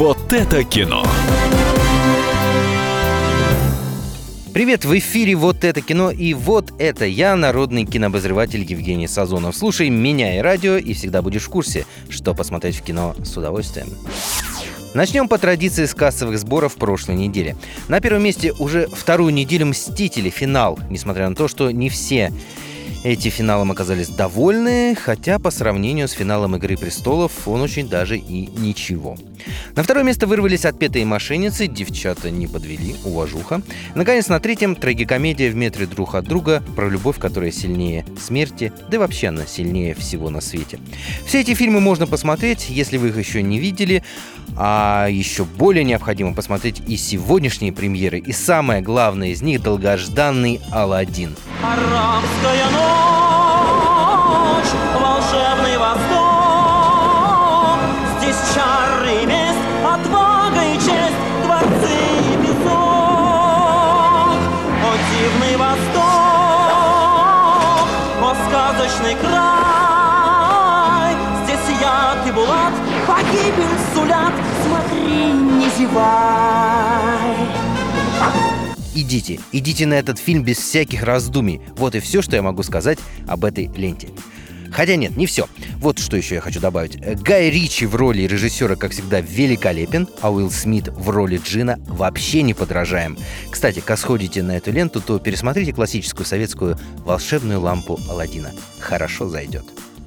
Вот это кино. Привет, в эфире «Вот это кино», и вот это я, народный кинообозреватель Евгений Сазонов. Слушай меня и радио, и всегда будешь в курсе, что посмотреть в кино с удовольствием. Начнем по традиции с кассовых сборов прошлой недели. На первом месте уже вторую неделю «Мстители. Финал», несмотря на то, что не все эти финалом оказались довольны, хотя по сравнению с финалом «Игры престолов» он очень даже и ничего. На второе место вырвались «Отпетые мошенницы», девчата не подвели, уважуха. Наконец, на третьем трагикомедия «В метре друг от друга», про любовь, которая сильнее смерти, да и вообще она сильнее всего на свете. Все эти фильмы можно посмотреть, если вы их еще не видели, а еще более необходимо посмотреть и сегодняшние премьеры, и самое главное из них — долгожданный «Аладдин». Арабская ночь, волшебный восток. Здесь чары и месть, отвага и честь, дворцы и песок. О, дивный восток, о, сказочный край. Здесь яд и булат, погибель сулят. Смотри, не зевай. Идите на этот фильм без всяких раздумий. Вот и все, что я могу сказать об этой ленте. Хотя нет, не все. Вот что еще я хочу добавить. Гай Ричи в роли режиссера, как всегда, великолепен, а Уилл Смит в роли Джина вообще не подражаем. Кстати, как сходите на эту ленту, то пересмотрите классическую советскую «Волшебную лампу Аладдина». Хорошо зайдет.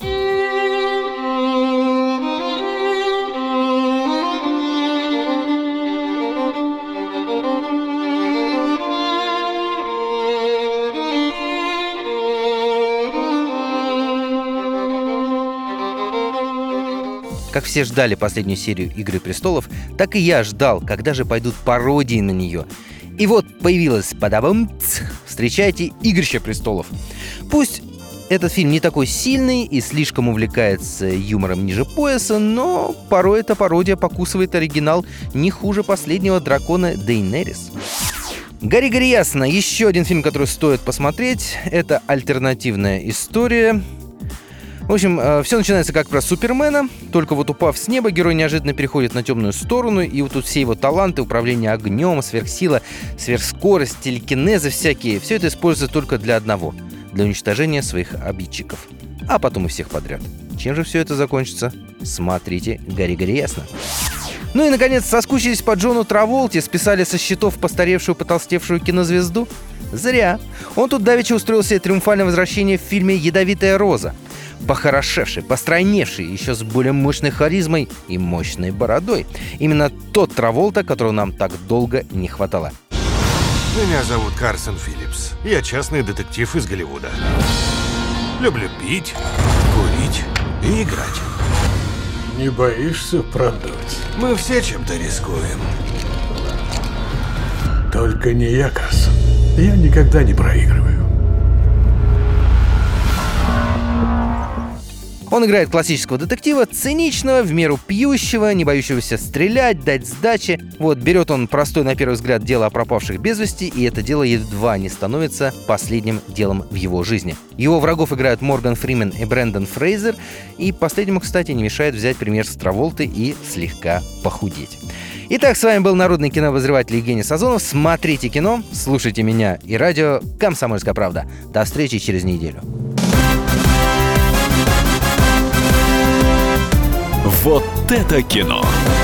Как все ждали последнюю серию «Игры престолов», так и я ждал, когда же пойдут пародии на нее. И вот появилась «Падабумц». Встречайте «Игрища престолов». Пусть этот фильм не такой сильный и слишком увлекается юмором ниже пояса, но порой эта пародия покусывает оригинал не хуже последнего дракона Дейенерис. Гори-гори ясно, еще один фильм, который стоит посмотреть. Это альтернативная история. В общем, все начинается как про Супермена, только вот упав с неба, герой неожиданно переходит на темную сторону, и вот тут все его таланты, управление огнем, сверхсила, сверхскорость, телекинезы всякие, все это используется только для одного — для уничтожения своих обидчиков. А потом и всех подряд. Чем же все это закончится? Смотрите, гори-гори ясно. Ну и, наконец, соскучились по Джону Траволте, списали со счетов постаревшую, потолстевшую кинозвезду? Зря. Он тут давеча устроил себе триумфальное возвращение в фильме «Ядовитая роза». Похорошевший, постройневший, еще с более мощной харизмой и мощной бородой. Именно тот Траволта, которого нам так долго не хватало. Меня зовут Карсон Филлипс. Я частный детектив из Голливуда. Люблю пить, курить и играть. Не боишься продуть? Мы все чем-то рискуем. Только не я, Карсон. Я никогда не проигрываю. Он играет классического детектива, циничного, в меру пьющего, не боящегося стрелять, дать сдачи. Вот, берет он простое, на первый взгляд, дело о пропавших без вести, и это дело едва не становится последним делом в его жизни. Его врагов играют Морган Фримен и Брендан Фрейзер, и последнему, кстати, не мешает взять пример с Траволты и слегка похудеть. Итак, с вами был народный кинообозреватель Евгений Сазонов. Смотрите кино, слушайте меня и радио «Комсомольская правда». До встречи через неделю. Вот это кино.